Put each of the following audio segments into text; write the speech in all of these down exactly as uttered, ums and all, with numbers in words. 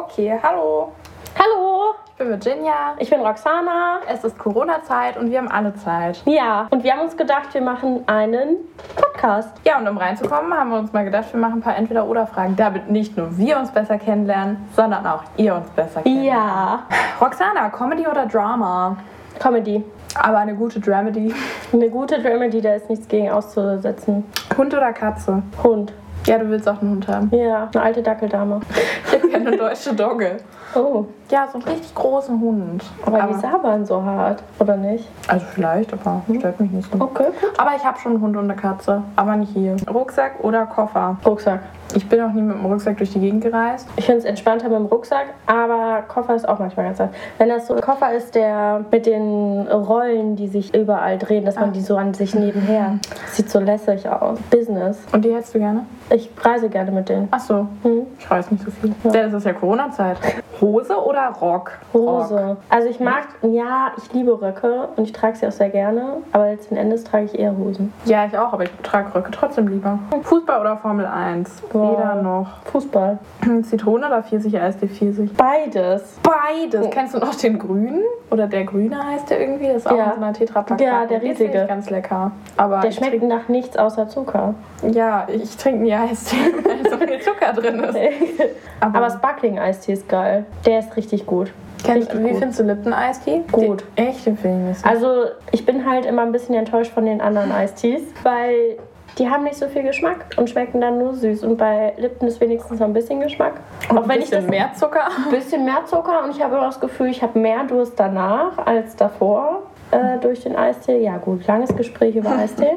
Okay, hallo. Hallo, Ich bin Virginia. ich bin Roxana. Es ist Corona-Zeit und wir haben alle Zeit. Ja, und wir haben uns gedacht, wir machen einen Podcast. Ja, und um reinzukommen, haben wir uns mal gedacht, wir machen ein paar Entweder-Oder-Fragen, damit nicht nur wir uns besser kennenlernen, sondern auch ihr uns besser kennenlernt. Ja, Roxana, Comedy oder Drama? Comedy. Aber eine gute Dramedy. Eine gute Dramedy, da ist nichts gegen auszusetzen. Hund oder Katze? Hund. Ja, du willst auch einen Hund haben. Ja, eine alte Dackeldame. Ich hätte gerne eine deutsche Dogge. Oh, Ja, so einen richtig großen Hund. aber, die sabbern so hart, oder nicht? Also vielleicht, aber stört mich nicht so. Okay, gut. Aber ich habe schon einen Hund und eine Katze, aber nicht hier. Rucksack oder Koffer? Rucksack. Ich bin noch nie mit dem Rucksack durch die Gegend gereist. Ich finde es entspannter mit dem Rucksack, aber Koffer ist auch manchmal ganz nett. Wenn das so ein Koffer ist, der mit den Rollen, die sich überall drehen, dass man die so an sich nebenher. Sieht so lässig aus. Business. Und die hättest du gerne? Ich reise gerne mit denen. Ach so, Hm. ich reise nicht so viel. Ja. Das ist ja Corona-Zeit. Hose oder Rock? Hose. Rock. Also ich mag, ja, ich liebe Röcke und ich trage sie auch sehr gerne, aber letzten Endes trage ich eher Hosen. Ja, ich auch, aber ich trage Röcke trotzdem lieber. Fußball oder Formel eins? Boah. Weder noch. Fußball. Zitrone oder Pfirsich, Eistee, Pfirsich? Beides. Beides. Oh. Kennst du noch den grünen? Oder der grüne heißt der irgendwie? Das ist auch Ja. in so einer Tetrapack. Ja, der Den riesige. finde ich ganz lecker. Aber Der ich schmeckt nach nichts außer Zucker. trink, ja, ich trinke nie Eistee, weil so viel Zucker drin ist. Aber Sparkling-Eistee ist geil. Der ist richtig gut. Kennst, Richtig wie gut. findest du Lipton-Eistee? Gut. Den, echt, den finde ich nicht so. Also ich bin halt immer ein bisschen enttäuscht von den anderen Eistees, weil die haben nicht so viel Geschmack und schmecken dann nur süß. Und bei Lipton ist wenigstens noch ein bisschen Geschmack. Und Auch wenn ein ich bisschen das mehr Zucker. ein bisschen mehr Zucker und ich habe immer das Gefühl, ich habe mehr Durst danach als davor äh, durch den Eistee. Ja gut, langes Gespräch über Eistee.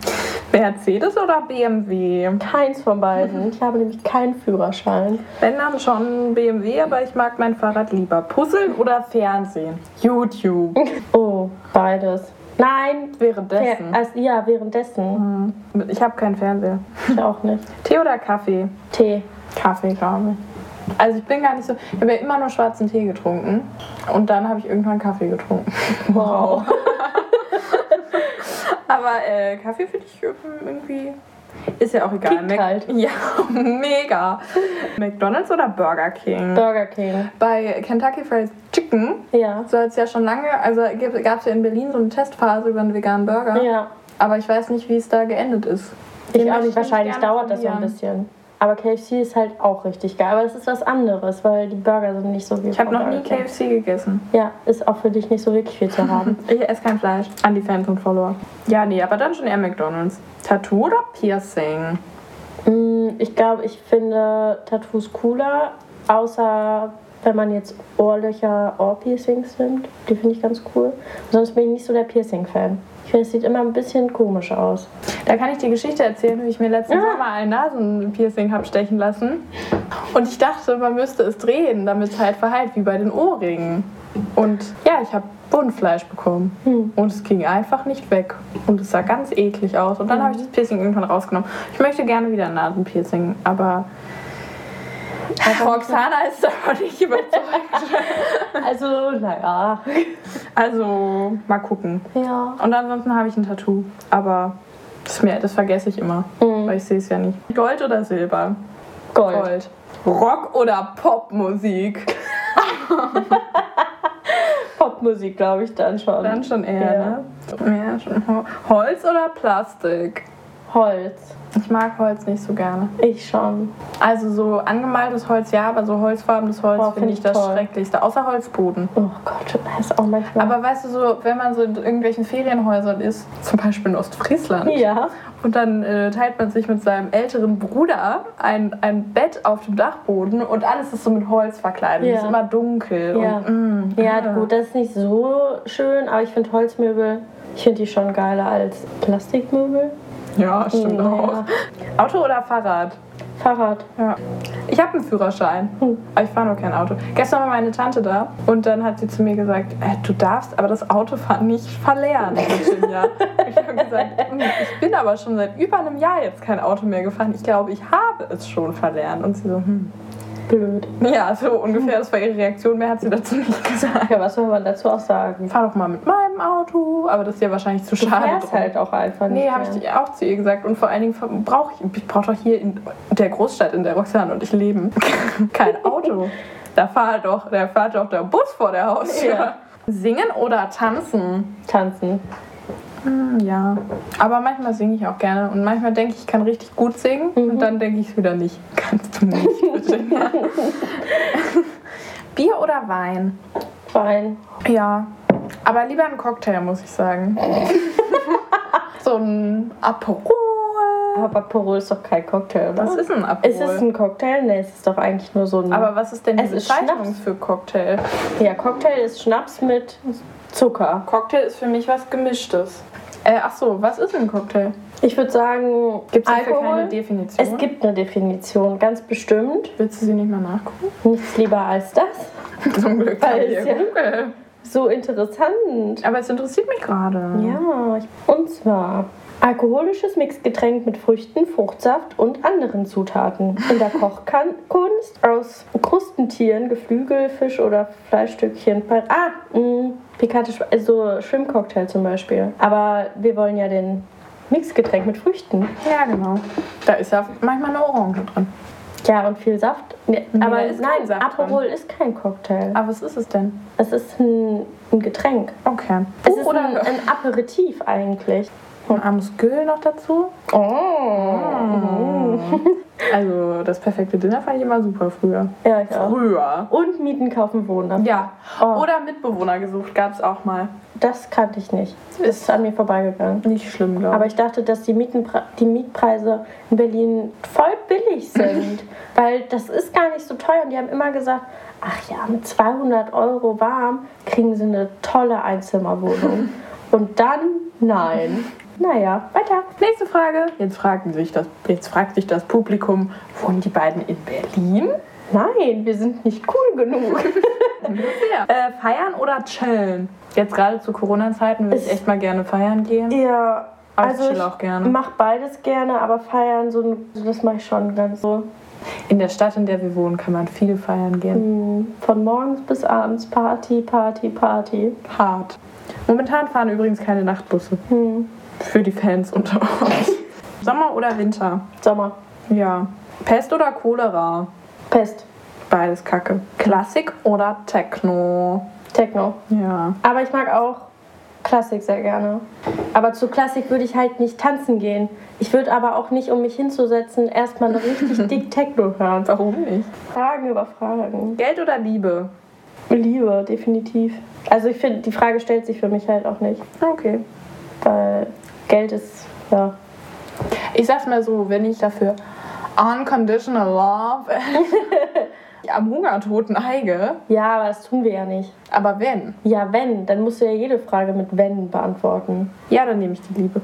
Mercedes oder B M W? Keins von beiden. Ich habe nämlich keinen Führerschein. Wenn dann schon B M W, aber ich mag mein Fahrrad lieber. Puzzeln oder Fernsehen? YouTube. Oh, beides. Nein, Währenddessen. Fer- also, ja, währenddessen. Hm. Ich habe keinen Fernseher. Ich auch nicht. Tee oder Kaffee? Tee. Kaffee, glaube ich. Also ich bin gar nicht so... Ich habe ja immer nur schwarzen Tee getrunken. Und dann habe ich irgendwann Kaffee getrunken. Wow. Aber äh, Kaffee finde ich irgendwie... Ist ja auch egal. Kickt halt. Ja, mega. McDonald's oder Burger King? Burger King. Bei Kentucky Fried Chicken Ja. soll es ja schon lange... Also gab es ja in Berlin so eine Testphase über einen veganen Burger. Ja. Aber ich weiß nicht, wie es da geendet ist. Den Ich auch möchte nicht. Wahrscheinlich gerne dauert das so ein probieren. bisschen. Aber K F C ist halt auch richtig geil. Aber das ist was anderes, weil die Burger sind nicht so wie Ich habe von noch nie Burger King. K F C gegessen. Ja, ist auch für dich nicht so wirklich viel zu haben. Ich esse kein Fleisch. An die Fans und Follower. Ja, nee, aber dann schon eher McDonald's. Tattoo oder Piercing? Mm, Ich glaube, ich finde Tattoos cooler, außer wenn man jetzt Ohrlöcher, Ohrpiercings nimmt. Die finde ich ganz cool. Sonst bin ich nicht so der Piercing-Fan. Ich finde, es sieht immer ein bisschen komisch aus. Da kann ich die Geschichte erzählen, wie ich mir letzten Ja. Sommer ein Nasenpiercing habe stechen lassen. Und ich dachte, man müsste es drehen, damit es halt verheilt, wie bei den Ohrringen. Und ja, ich habe Wundfleisch bekommen. Hm. Und es ging einfach nicht weg. Und es sah ganz eklig aus. Und dann Mhm. habe ich das Piercing irgendwann rausgenommen. Ich möchte gerne wieder ein Nasenpiercing, aber Roxana ist davon nicht überzeugt. Also, naja. Also, mal gucken. Ja. Und ansonsten habe ich ein Tattoo. Aber das, ist mir, das vergesse ich immer, Mhm. weil ich sehe es ja nicht. Gold oder Silber? Gold. Rock oder Popmusik? Popmusik, glaube ich, dann schon. Dann schon eher, Ja. ne? Ja, schon. Ho- Holz oder Plastik? Holz. Ich mag Holz nicht so gerne. Ich schon. Also so angemaltes Holz, ja, aber so holzfarbenes Holz Oh, finde find ich ich das toll. Schrecklichste. Außer Holzboden. Oh Gott, das ist auch manchmal. Aber weißt du, so, wenn man so in irgendwelchen Ferienhäusern ist, zum Beispiel in Ostfriesland, ja. und dann äh, teilt man sich mit seinem älteren Bruder ein, ein Bett auf dem Dachboden und alles ist so mit Holz verkleidet. Ja. Es ist immer dunkel. Ja. Und, mm, Ja, ah. gut, das ist nicht so schön, aber ich finde Holzmöbel, ich finde die schon geiler als Plastikmöbel. Ja, stimmt Ja. auch. Auto oder Fahrrad? Fahrrad. Ja. Ich habe einen Führerschein, Hm. aber ich fahre nur kein Auto. Gestern war meine Tante da und dann hat sie zu mir gesagt, äh, du darfst aber das Autofahren nicht verlernen, Virginia. Ich habe gesagt, "Hm, ich bin aber schon seit über einem Jahr jetzt kein Auto mehr gefahren. Ich glaube, ich habe es schon verlernt. Und sie so, hm. Blöd. Ja, so ungefähr, das war ihre Reaktion. Mehr hat sie dazu nicht gesagt. Ja, was soll man dazu auch sagen? Fahr doch mal mit meinem Auto, aber das ist ja wahrscheinlich zu Du schade. fährst drum. halt auch einfach nicht Nee, habe mehr. ich auch zu ihr gesagt. Und vor allen Dingen brauche ich, ich brauche doch hier in der Großstadt, in der Roxana und ich leben, kein Auto. Da fährt doch, da fährt doch der Bus vor der Haustür. Ja. Singen oder tanzen? Tanzen. Hm, ja, aber manchmal singe ich auch gerne und manchmal denke ich, ich kann richtig gut singen Mhm. und dann denke ich es wieder nicht. Kannst du nicht, Virginia. Bier oder Wein? Wein. Ja, aber lieber ein Cocktail, muss ich sagen. So ein Aperol. Aber Aperol ist doch kein Cocktail, oder? Was ist ein Aperol? Ist es ein Cocktail? Ne, es ist doch eigentlich nur so ein... Aber was ist denn die Es ist Bezeichnung Schnaps. für Cocktail? ja, Cocktail ist Schnaps mit Zucker. Cocktail ist für mich was Gemischtes. Äh, ach so, was ist ein Cocktail? Ich würde sagen, Gibt es dafür Alkohol. keine Definition? Es gibt eine Definition, ganz bestimmt. Willst du sie nicht mal nachgucken? Nichts lieber als das. Zum Glück Weil haben es wir ja- Google. So interessant. Aber es interessiert mich gerade. Ja, ich- und zwar alkoholisches Mixgetränk mit Früchten, Fruchtsaft und anderen Zutaten. In der Kochkunst aus Krustentieren, Geflügel, Fisch oder Fleischstückchen. Ah, mh, pikante, Sch- also Shrimp-Cocktail zum Beispiel. Aber wir wollen ja den Mixgetränk mit Früchten. Ja, genau. Da ist ja manchmal eine Orange drin. Ja, und viel Saft. Nee, Nee, aber da ist kein nein, Saft Aperol ist kein Cocktail. Aber was ist es denn? Es ist ein, ein Getränk. Okay. Es Oh, ist oder ein, ein Aperitif eigentlich. ein Amsgül noch dazu. Oh. Also das perfekte Dinner fand ich immer super früher. Ja, ich auch. Früher. Und Mieten kaufen wohnen. Ja. Oh. Oder Mitbewohner gesucht gab es auch mal. Das kannte ich nicht. Ist an mir vorbeigegangen. Nicht schlimm, glaube ich. Aber ich dachte, dass die, Mietenpre die Mietpreise in Berlin voll billig sind. Weil das ist gar nicht so teuer. Und die haben immer gesagt, ach ja, mit zweihundert Euro warm kriegen sie eine tolle Einzimmerwohnung. Und dann, nein. Naja, weiter. Nächste Frage. Jetzt, fragen sich das, jetzt fragt sich das Publikum, wohnen die beiden in Berlin? Nein, wir sind nicht cool genug. Ungefähr. Äh, feiern oder chillen? Jetzt gerade zu Corona-Zeiten würde ich Ist- echt mal gerne feiern gehen. Ja, Aber also ich chill ich auch gerne. mach beides gerne, aber feiern, so, so das mache ich schon ganz so. In der Stadt, in der wir wohnen, kann man viel feiern gehen. Hm, Von morgens bis abends Party, Party, Party. Hart. Momentan fahren übrigens keine Nachtbusse. Hm. Für die Fans unter uns. Sommer oder Winter? Sommer. Ja. Pest oder Cholera? Pest. Beides Kacke. Klassik oder Techno? Techno. Ja. Aber ich mag auch Klassik sehr gerne. Aber zu Klassik würde ich halt nicht tanzen gehen. Ich würde aber auch nicht, um mich hinzusetzen, erstmal eine richtig dick Techno hören. Warum nicht? Fragen über Fragen. Geld oder Liebe? Liebe, definitiv. Also ich finde, die Frage stellt sich für mich halt auch nicht. Okay. Weil Geld ist, ja. Ich sag's mal so, wenn ich dafür unconditional love am Hungertod neige, Ja, aber das tun wir ja nicht. aber wenn, Ja, wenn, dann musst du ja jede Frage mit wenn beantworten. ja, dann nehme ich die Liebe.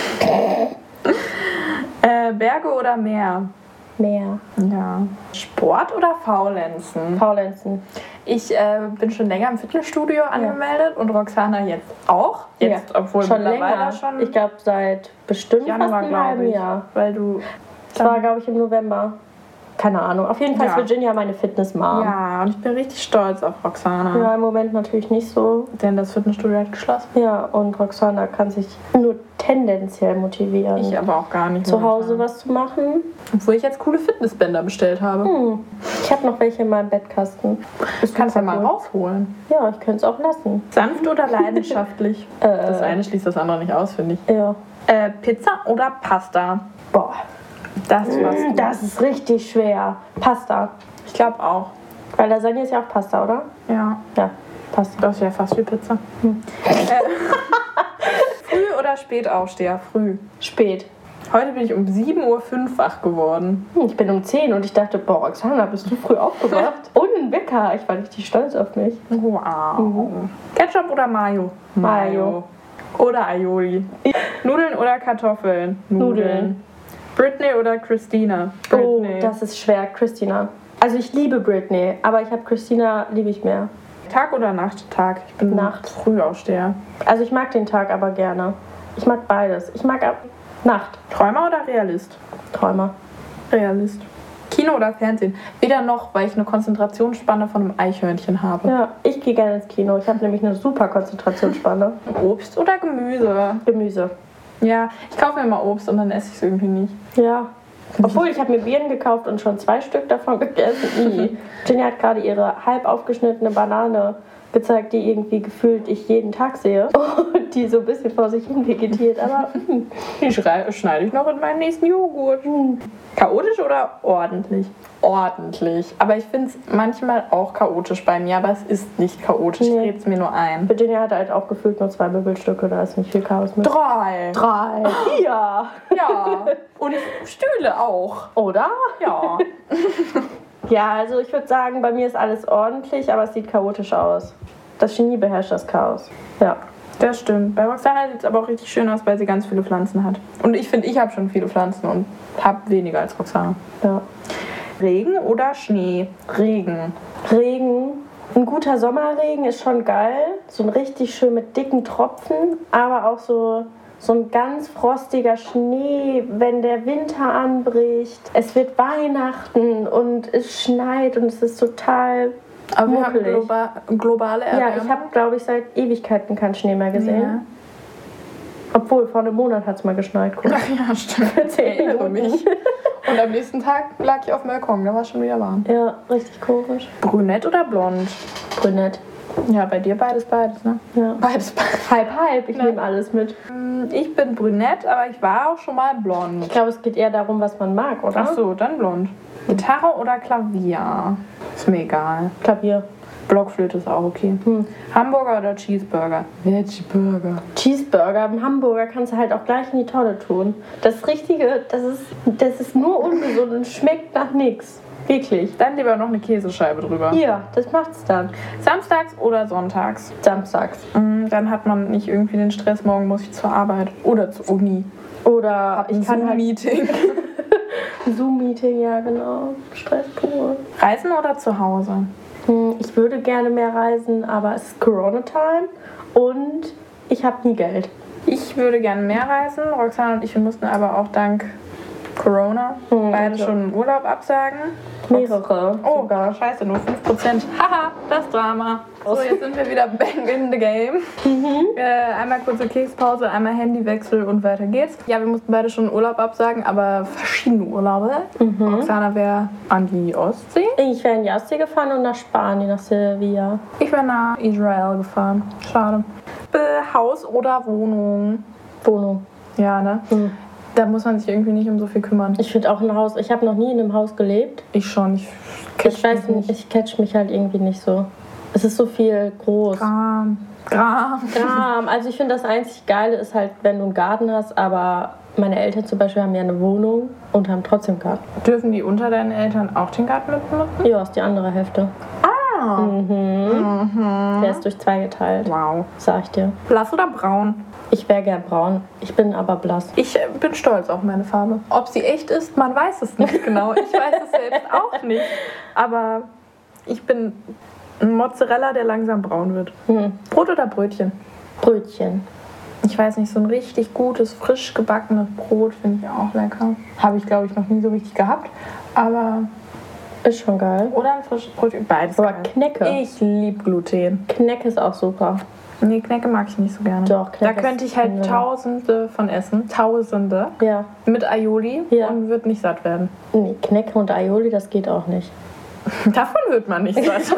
äh, Berge oder Meer? Mehr. Ja. Sport oder Faulenzen? Faulenzen. Ich äh, bin schon länger im Fitnessstudio angemeldet und Roxana jetzt auch. Jetzt, Ja, obwohl schon mittlerweile länger. schon Ich glaube, seit bestimmt Januar, fast einem glaube halben ich. Jahr. Weil du... Das war, glaube ich, im November. Keine Ahnung. Auf jeden Fall Ja. ist Virginia meine Fitnessmom. Ja, und ich bin richtig stolz auf Roxana. Ja, im Moment natürlich nicht so. Denn das Fitnessstudio hat geschlossen. Ja, und Roxana kann sich nur tendenziell motivieren, Ich aber auch gar nicht. zu Hause momentan. was zu machen. Obwohl ich jetzt coole Fitnessbänder bestellt habe. Hm. Ich habe noch welche in meinem Bettkasten. Das kannst du ja super mal cool. rausholen. Ja, ich könnte es auch lassen. Sanft oder leidenschaftlich? Das Äh, eine schließt das andere nicht aus, finde ich. ja. Äh, Pizza oder Pasta? Boah, Das was. das ist richtig schwer. Pasta. Ich glaube auch. Weil Lasagne ist ja auch Pasta, oder? Ja. Ja, Pasta. Das ist ja fast wie Pizza. Hm. Äh, früh oder spät Aufsteher? Früh. Spät. Heute bin ich um sieben Uhr fünf wach geworden. Hm, Ich bin um zehn und ich dachte, boah, Roxana, bist du früh aufgewacht? Und ein Wecker. Ich war richtig stolz auf mich. Wow. Mhm. Ketchup oder Mayo? Mayo. Oder Aioli. Nudeln oder Kartoffeln? Nudeln. Britney oder Christina? Oh, Britney. das ist schwer. Christina. Also ich liebe Britney, aber ich habe Christina, liebe ich mehr. Tag oder Nacht? Tag. Ich bin Nacht. Frühaufsteher. Also ich mag den Tag aber gerne. Ich mag beides. Ich mag ab Nacht. Träumer oder Realist? Träumer. Realist. Kino oder Fernsehen? Weder noch, weil ich eine Konzentrationsspanne von einem Eichhörnchen habe. Ja, ich gehe gerne ins Kino. Ich habe nämlich eine super Konzentrationsspanne. Obst oder Gemüse? Gemüse. Ja, ich kaufe mir immer Obst und dann esse ich es irgendwie nicht. Ja, Obwohl, ich habe mir Birnen gekauft und schon zwei Stück davon gegessen. Ginny hat gerade ihre halb aufgeschnittene Banane gezeigt, die irgendwie gefühlt ich jeden Tag sehe. Und die so ein bisschen vor sich hin vegetiert. Aber die schneide ich noch in meinen nächsten Joghurt. Chaotisch oder ordentlich? Ordentlich. Aber ich finde es manchmal auch chaotisch bei mir. Aber es ist nicht chaotisch. Nee. Ich rede es mir nur ein. Virginia hat halt auch gefühlt nur zwei Möbelstücke. Da ist nicht viel Chaos mit. Drei. Drei. Vier. Ja. Und Stühle auch. Oder? Ja. Ja, also ich würde sagen, bei mir ist alles ordentlich, aber es sieht chaotisch aus. Das Genie beherrscht das Chaos. Ja. Das stimmt. Bei Roxana sieht es aber auch richtig schön aus, weil sie ganz viele Pflanzen hat. Und ich finde, ich habe schon viele Pflanzen und habe weniger als Roxana. Ja. Regen oder Schnee? Regen. Regen. Ein guter Sommerregen ist schon geil. So ein richtig schön mit dicken Tropfen, aber auch so... So ein ganz frostiger Schnee, wenn der Winter anbricht. Es wird Weihnachten und es schneit und es ist total Aber muckelig. wir haben globa- globale Erwärmung. Ja, ich habe, glaube ich, seit Ewigkeiten keinen Schnee mehr gesehen. Ja. Obwohl, vor einem Monat hat es mal geschneit. Kurz. Ach ja, stimmt. Ich erinnere mich. Und am nächsten Tag lag ich auf dem Balkon, da war es schon wieder warm. Ja, richtig komisch. Brünett oder blond? Brünett. Ja, bei dir beides, beides, ne? Ja. Beides, beides. Halb, halb. Ich Ja. nehme alles mit. Ich bin brünett, aber ich war auch schon mal blond. Ich glaube, es geht eher darum, was man mag, oder? Ach so, dann blond. Gitarre oder Klavier? Ist mir egal. Klavier. Blockflöte ist auch okay. Hm. Hamburger oder Cheeseburger? Veggie-Burger. Cheeseburger, einen Hamburger kannst du halt auch gleich in die Tonne tun. Das Richtige, das ist, das ist nur ungesund und schmeckt nach nichts. Wirklich. Dann lieber noch eine Käsescheibe drüber. Ja, das macht's dann. Samstags oder sonntags? Samstags. Mm, Dann hat man nicht irgendwie den Stress, morgen muss ich zur Arbeit oder zur Uni. Oder Ich ich kann halt Meeting. ein Zoom-Meeting, ja genau. Stress pur. Reisen oder zu Hause? Hm, Ich würde gerne mehr reisen, aber es ist Corona-Time und ich habe nie Geld. Ich würde gerne mehr reisen. Roxana und ich wir mussten aber auch dank Corona Hm, beide okay. schon Urlaub absagen. Mehrere. Oh, scheiße, nur fünf Prozent. Haha, das Drama. So, jetzt sind wir wieder back in the game. Äh, einmal kurze Kekspause, einmal Handywechsel und weiter geht's. Ja, wir mussten beide schon Urlaub absagen, aber verschiedene Urlaube. Roxana wäre an die Ostsee. Ich wäre in die Ostsee gefahren und nach Spanien, nach Sevilla. Ich wäre nach Israel gefahren. Schade. Äh, Haus oder Wohnung? Wohnung. Ja, ne? Hm. Da muss man sich irgendwie nicht um so viel kümmern. Ich finde auch ein Haus, ich habe noch nie in einem Haus gelebt. Ich schon. Ich, Ich weiß nicht, ich catch mich halt irgendwie nicht so. Es ist so viel groß. Gram. Gram. Kram. Also ich finde, das einzig Geile ist halt, wenn du einen Garten hast, aber meine Eltern zum Beispiel haben ja eine Wohnung und haben trotzdem einen Garten. Dürfen die unter deinen Eltern auch den Garten mitbenutzen? Ja, ist die andere Hälfte. Ah. Mhm. Der ist durch zwei geteilt, Wow. sag ich dir. Blass oder braun? Ich wäre gern braun. Ich bin aber blass. Ich äh, bin stolz auf meine Farbe. Ob sie echt ist, man weiß es nicht genau. Ich weiß es selbst auch nicht. Aber ich bin ein Mozzarella, der langsam braun wird. Hm. Brot oder Brötchen? Brötchen. Ich weiß nicht, so ein richtig gutes, frisch gebackenes Brot finde ich auch lecker. Habe ich, glaube ich, noch nie so richtig gehabt. Aber... Ist schon geil. Oder ein frisches Brötchen. Beides Aber geil. Knecke. Ich liebe Gluten. Knecke ist auch super. Nee, Knecke mag ich nicht so gerne. Doch, Knecke Da könnte ist ich halt Knecke. Tausende von essen. Tausende. Ja. Mit Aioli. Ja. Und wird nicht satt werden. Nee, Knecke und Aioli, das geht auch nicht. Davon wird man nicht satt.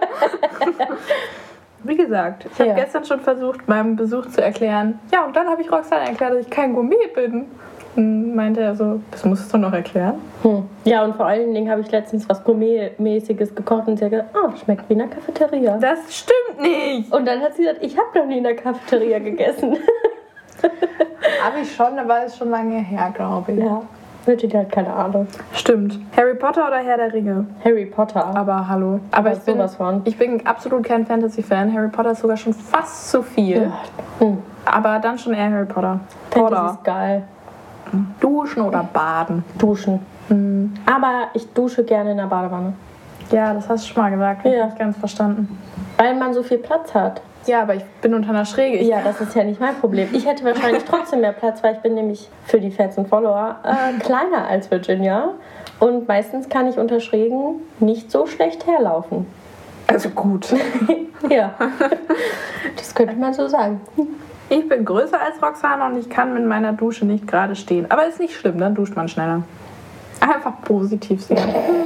Wie gesagt, ich habe Ja. gestern schon versucht, meinem Besuch zu erklären. Ja, und dann habe ich Roxanne erklärt, dass ich kein Gourmet bin. Und meinte er so, das musst du noch erklären. Hm. Ja, und vor allen Dingen habe ich letztens was Gourmet-mäßiges gekocht und sie hat gesagt, oh, schmeckt wie in der Cafeteria. Das stimmt nicht. Und dann hat sie gesagt, ich habe noch nie in der Cafeteria gegessen. Habe ich schon, aber ist schon lange her, glaube ich. Ja, Virginia hat keine Ahnung. Stimmt. Harry Potter oder Herr der Ringe? Harry Potter. Aber hallo. Aber Aber ich bin, sowas von. ich bin absolut kein Fantasy-Fan. Harry Potter ist sogar schon fast zu viel. Hm. Aber dann schon eher Harry Potter. Fantasy Potter. ist geil. Duschen oder baden? Duschen. Hm. Aber ich dusche gerne in der Badewanne. Ja, das hast du schon mal gesagt. Ich Ja. habe nicht ganz verstanden. Weil man so viel Platz hat. Ja, aber ich bin unter einer Schräge. Ich Ja, das ist ja nicht mein Problem. Ich hätte wahrscheinlich trotzdem mehr Platz, weil ich bin nämlich für die Fans und Follower äh, kleiner als Virginia. Und meistens kann ich unter Schrägen nicht so schlecht herlaufen. Also gut. Ja, das könnte man so sagen. Ich bin größer als Roxana und ich kann mit meiner Dusche nicht gerade stehen. Aber ist nicht schlimm, dann duscht man schneller. Einfach positiv sehen.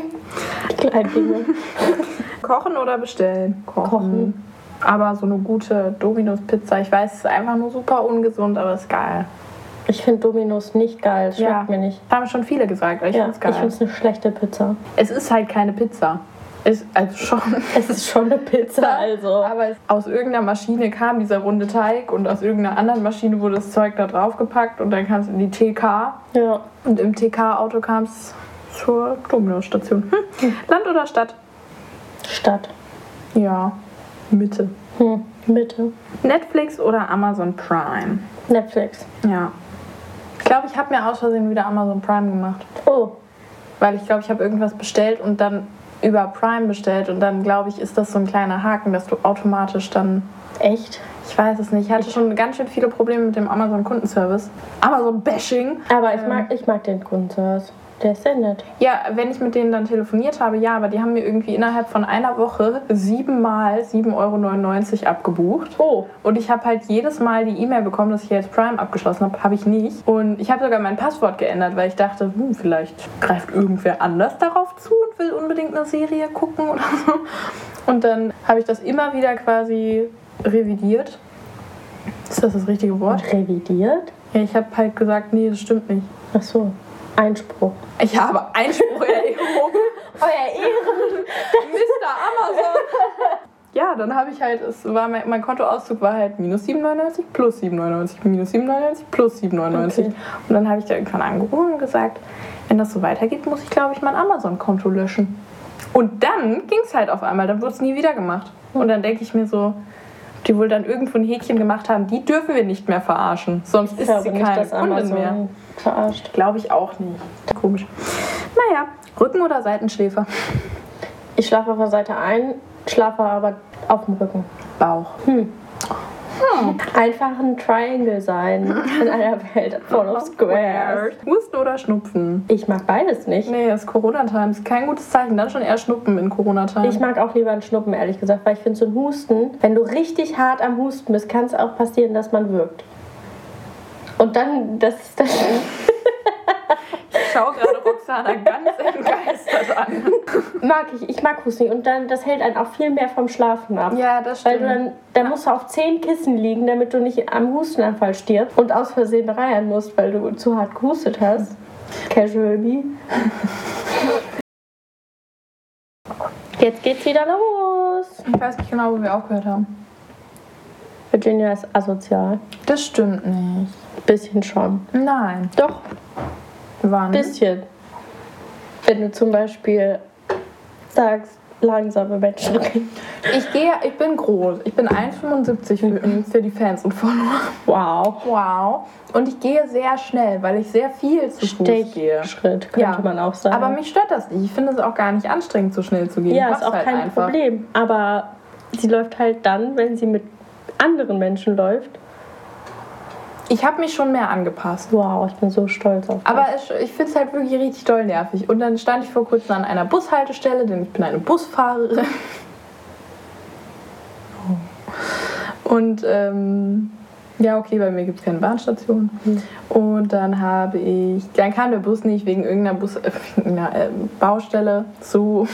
Die kleinen Dinge. Kochen oder bestellen? Kochen. Aber so eine gute Domino's-Pizza, ich weiß, es ist einfach nur super ungesund, aber ist geil. Ich finde Domino's nicht geil, es schmeckt Ja. mir nicht. Haben schon viele gesagt, aber ich Ja, finde es geil. ich finde es eine schlechte Pizza. Es ist halt keine Pizza. Ist also schon. Es ist schon eine Pizza, also. Aber es, aus irgendeiner Maschine kam dieser runde Teig und aus irgendeiner anderen Maschine wurde das Zeug da drauf gepackt und dann kam es in die T K. Ja. Und im T K-Auto kam es zur Domino-Station. Hm. Land oder Stadt? Stadt. Ja, Mitte. Hm, Mitte. Netflix oder Amazon Prime? Netflix. Ja. Ich glaube, ich habe mir aus Versehen wieder Amazon Prime gemacht. Oh. Weil ich glaube, ich habe irgendwas bestellt und dann über Prime bestellt. Und dann, glaube ich, ist das so ein kleiner Haken, dass du automatisch dann... Echt? Ich weiß es nicht. Ich hatte schon ganz schön viele Probleme mit dem Amazon-Kundenservice. Amazon-Bashing. Aber ich Ähm, mag, ich mag den Kundenservice. Der ist sehr nett. Ja, wenn ich mit denen dann telefoniert habe, ja, aber die haben mir irgendwie innerhalb von einer Woche siebenmal sieben Euro neunundneunzig abgebucht. Oh. Und ich habe halt jedes Mal die E-Mail bekommen, dass ich jetzt Prime abgeschlossen habe. Habe ich nicht. Und ich habe sogar mein Passwort geändert, weil ich dachte, hm, vielleicht greift irgendwer anders darauf zu und will unbedingt eine Serie gucken oder so. Und dann habe ich das immer wieder quasi revidiert. Ist das das richtige Wort? Revidiert? Ja, ich habe halt gesagt, nee, das stimmt nicht. Ach so. Einspruch. Ich habe Einspruch erhoben. Euer Ehren. Mister Amazon. Ja, dann habe ich halt, es war mein, mein Kontoauszug war halt minus sieben neunundneunzig, plus sieben neunundneunzig, minus sieben neunundneunzig, plus sieben neunundneunzig. Okay. Und dann habe ich da irgendwann angerufen und gesagt, wenn das so weitergeht, muss ich, glaube ich, mein Amazon-Konto löschen. Und dann ging es halt auf einmal, dann wurde es nie wieder gemacht. Und dann denke ich mir so, die wohl dann irgendwo ein Häkchen gemacht haben, die dürfen wir nicht mehr verarschen, sonst Ich ist glaube sie nicht, keine dass Kundin Amazon mehr. verarscht. Glaube ich auch nicht. Komisch. Naja, Rücken- oder Seitenschläfer? Ich schlafe auf der Seite ein, schlafe aber auf dem Rücken. Bauch. Hm. Hm. Einfach ein Triangle sein in einer Welt voll of Squares. Husten oder Schnupfen? Ich mag beides nicht. Nee, es ist Corona-Time. Ist kein gutes Zeichen. Dann schon eher Schnupfen in Corona-Time. Ich mag auch lieber einen Schnuppen, ehrlich gesagt, weil ich finde, so ein Husten, wenn du richtig hart am Husten bist, kann es auch passieren, dass man wirkt. Und dann, das ist das. Ich schaue gerade Roxana ganz entgeistert an. Mag ich, ich mag Husten nicht. Und dann, das hält einen auch viel mehr vom Schlafen ab. Ja, das Weil stimmt. du dann, dann musst du auf zehn Kissen liegen, damit du nicht am Hustenanfall stirbst und aus Versehen reiern musst, weil du zu hart gehustet hast. Casual me. Jetzt geht's wieder los. Ich weiß nicht genau, wo wir aufgehört haben. Virginia ist asozial. Das stimmt nicht. Bisschen schon. Nein. Doch, Wann? bisschen. Wenn du zum Beispiel sagst, langsame Menschen reden. Ich gehe, ich bin groß. Ich bin eins Komma fünfundsiebzig für, für die Fans und Follower. Wow. Wow. Und ich gehe sehr schnell, weil ich sehr viel zu Fuß gehe. Stechschritt, könnte Ja. man auch sagen. Aber mich stört das nicht. Ich finde es auch gar nicht anstrengend, so schnell zu gehen. ja, Ich ist mach's auch halt kein einfach. Problem. Aber sie läuft halt dann, wenn sie mit anderen Menschen läuft. Ich habe mich schon mehr angepasst. Wow, ich bin so stolz auf dich. Aber es, ich finde es halt wirklich richtig doll nervig. Und dann stand ich vor kurzem an einer Bushaltestelle, denn ich bin eine Busfahrerin. Und ähm, ja, okay, bei mir gibt es keine Bahnstation. Mhm. Und dann habe ich, dann kam der Bus nicht wegen irgendeiner, Bus, äh, irgendeiner äh, Baustelle zu.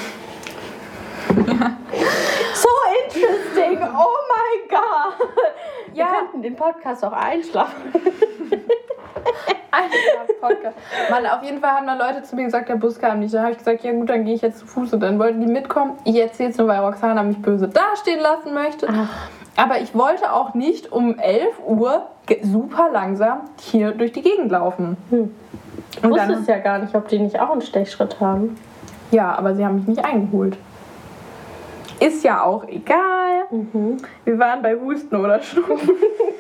So interesting! Oh my god! Wir Ja. könnten den Podcast auch einschlafen. Podcast. Mann, auf jeden Fall haben dann Leute zu mir gesagt, der Bus kam nicht. Da habe ich gesagt, ja gut, dann gehe ich jetzt zu Fuß. Und dann wollten die mitkommen. Ich erzähle es nur, weil Roxana mich böse dastehen lassen möchte. Ach. Aber ich wollte auch nicht um elf Uhr ge- super langsam hier durch die Gegend laufen. Hm. Ich Und wusste dann, es ja gar nicht, ob die nicht auch einen Stechschritt haben. ja, aber sie haben mich nicht eingeholt. Ist ja auch egal. Mhm. Wir waren bei Husten oder Schnupfen.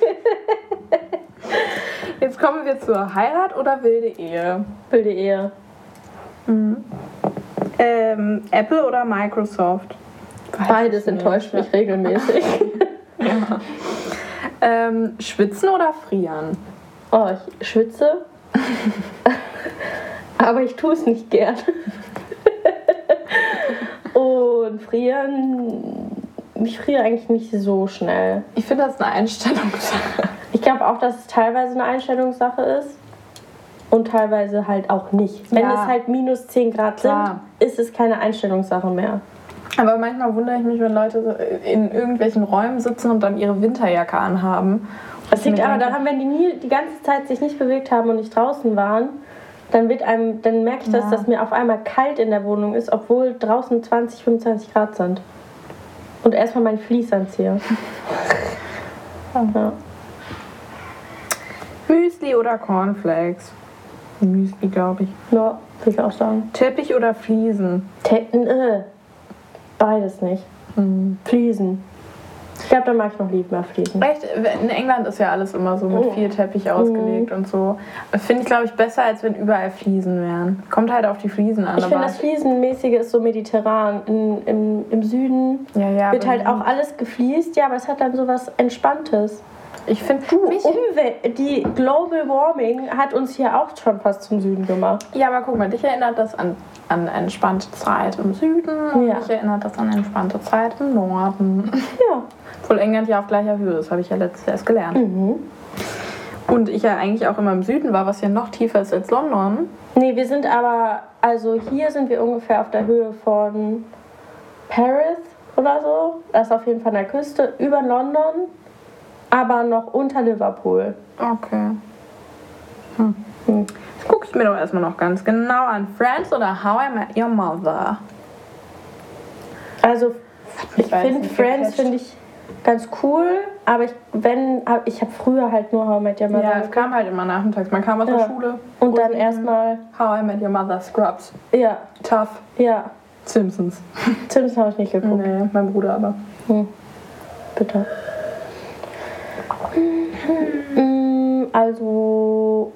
Jetzt kommen wir zur Heirat oder wilde Ehe. Wilde Ehe. Ähm, Apple oder Microsoft? Beides ich nicht. enttäuscht mich regelmäßig. Ja. Ähm, schwitzen oder frieren? Oh, ich schwitze. Aber ich tue es nicht gern. Und frieren, ich friere eigentlich nicht so schnell. Ich finde das eine Einstellungssache. Ich glaube auch, dass es teilweise eine Einstellungssache ist. und teilweise halt auch nicht. Wenn Ja. es halt minus zehn Grad Klar. sind, ist es keine Einstellungssache mehr. Aber manchmal wundere ich mich, wenn Leute so in irgendwelchen Räumen sitzen und dann ihre Winterjacke anhaben. Das liegt mir aber denke- daran, wenn die nie die ganze Zeit sich nicht bewegt haben und nicht draußen waren, dann wird einem, dann merke ich, dass Ja. das mir auf einmal kalt in der Wohnung ist, obwohl draußen zwanzig, fünfundzwanzig Grad sind. Und erstmal mein Vlies anziehe. Ja. Müsli oder Cornflakes? Müsli, glaube ich. Ja, würde ich auch sagen. Teppich oder Fliesen? Te äh, beides nicht. Hm. Fliesen. Ich glaube, da mag ich noch lieber Fliesen. Echt? In England ist ja alles immer so mit Oh. viel Teppich ausgelegt und so. Das finde ich, glaube ich, besser, als wenn überall Fliesen wären. Kommt halt auf die Fliesen an. Ich finde, aber das Fliesenmäßige ist so mediterran. In, im, Im Süden ja, ja, wird aber halt auch alles gefliest, ja, aber es hat dann so was Entspanntes. Ich finde, mich... Umwelt, die Global Warming hat uns hier auch schon fast zum Süden gemacht. Ja, aber guck mal, dich erinnert das an, an entspannte Zeit im Süden und Ja. mich erinnert das an entspannte Zeit im Norden. Ja. Obwohl England ja auf gleicher Höhe ist, habe ich ja letztes Jahr erst gelernt. Mhm. Und ich ja eigentlich auch immer im Süden war, was ja noch tiefer ist als London. Nee, wir sind aber, also hier sind wir ungefähr auf der Höhe von Paris oder so. Das ist auf jeden Fall an der Küste, über London, aber noch unter Liverpool. Okay. Hm. Hm. Das gucke ich mir doch erstmal noch ganz genau an. Friends oder How I Met Your Mother? Also ich Ich weiß finde nicht, Friends gecatcht. finde ich ganz cool, aber ich, wenn, ich habe früher halt nur How I Met Your Mother Ja, es geguckt. kam halt immer nachmittags. Man kam aus der Ja. Schule. Und dann Rosinen, erstmal, How I Met Your Mother, Scrubs, ja, Tough, ja, Simpsons. Simpsons habe ich nicht geguckt. Nee, mein Bruder aber. Hm. Bitte. Mm, Also,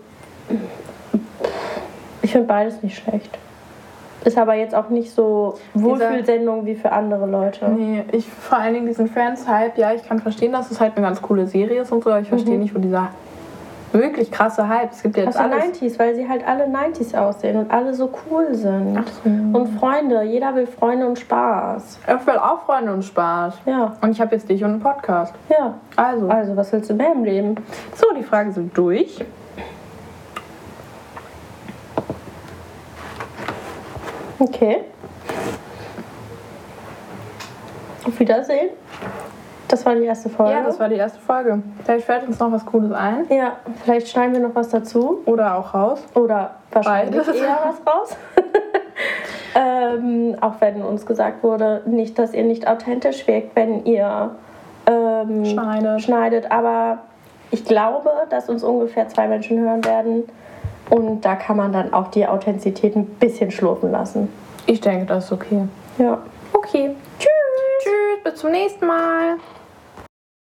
ich finde beides nicht schlecht. Ist aber jetzt auch nicht so Wohlfühlsendung wie für andere Leute. Nee, ich vor allen Dingen diesen Friends-Hype, ja, ich kann verstehen, dass es halt eine ganz coole Serie ist und so, aber ich verstehe Mhm. nicht, wo dieser wirklich krasse Hype, es gibt ja Aus jetzt den alles. neunziger, weil sie halt alle neunziger aussehen und alle so cool sind. Und Freunde, jeder will Freunde und Spaß. Ich will auch Freunde und Spaß. Ja, Und ich habe jetzt dich und einen Podcast. ja. Also, Also, was willst du mehr im Leben? so, die Fragen sind durch. Okay. Auf Wiedersehen. Das war die erste Folge. Ja, das war die erste Folge. Vielleicht fällt uns noch was Cooles ein. Ja, vielleicht schneiden wir noch was dazu. Oder auch raus. Oder wahrscheinlich Beides. eher was raus. ähm, auch wenn uns gesagt wurde, nicht, dass ihr nicht authentisch wirkt, wenn ihr ähm, Schneidet. schneidet. Aber ich glaube, dass uns ungefähr zwei Menschen hören werden. Und da kann man dann auch die Authentizität ein bisschen schlurfen lassen. Ich denke, das ist okay. Ja. Okay. Tschüss. Tschüss, bis zum nächsten Mal.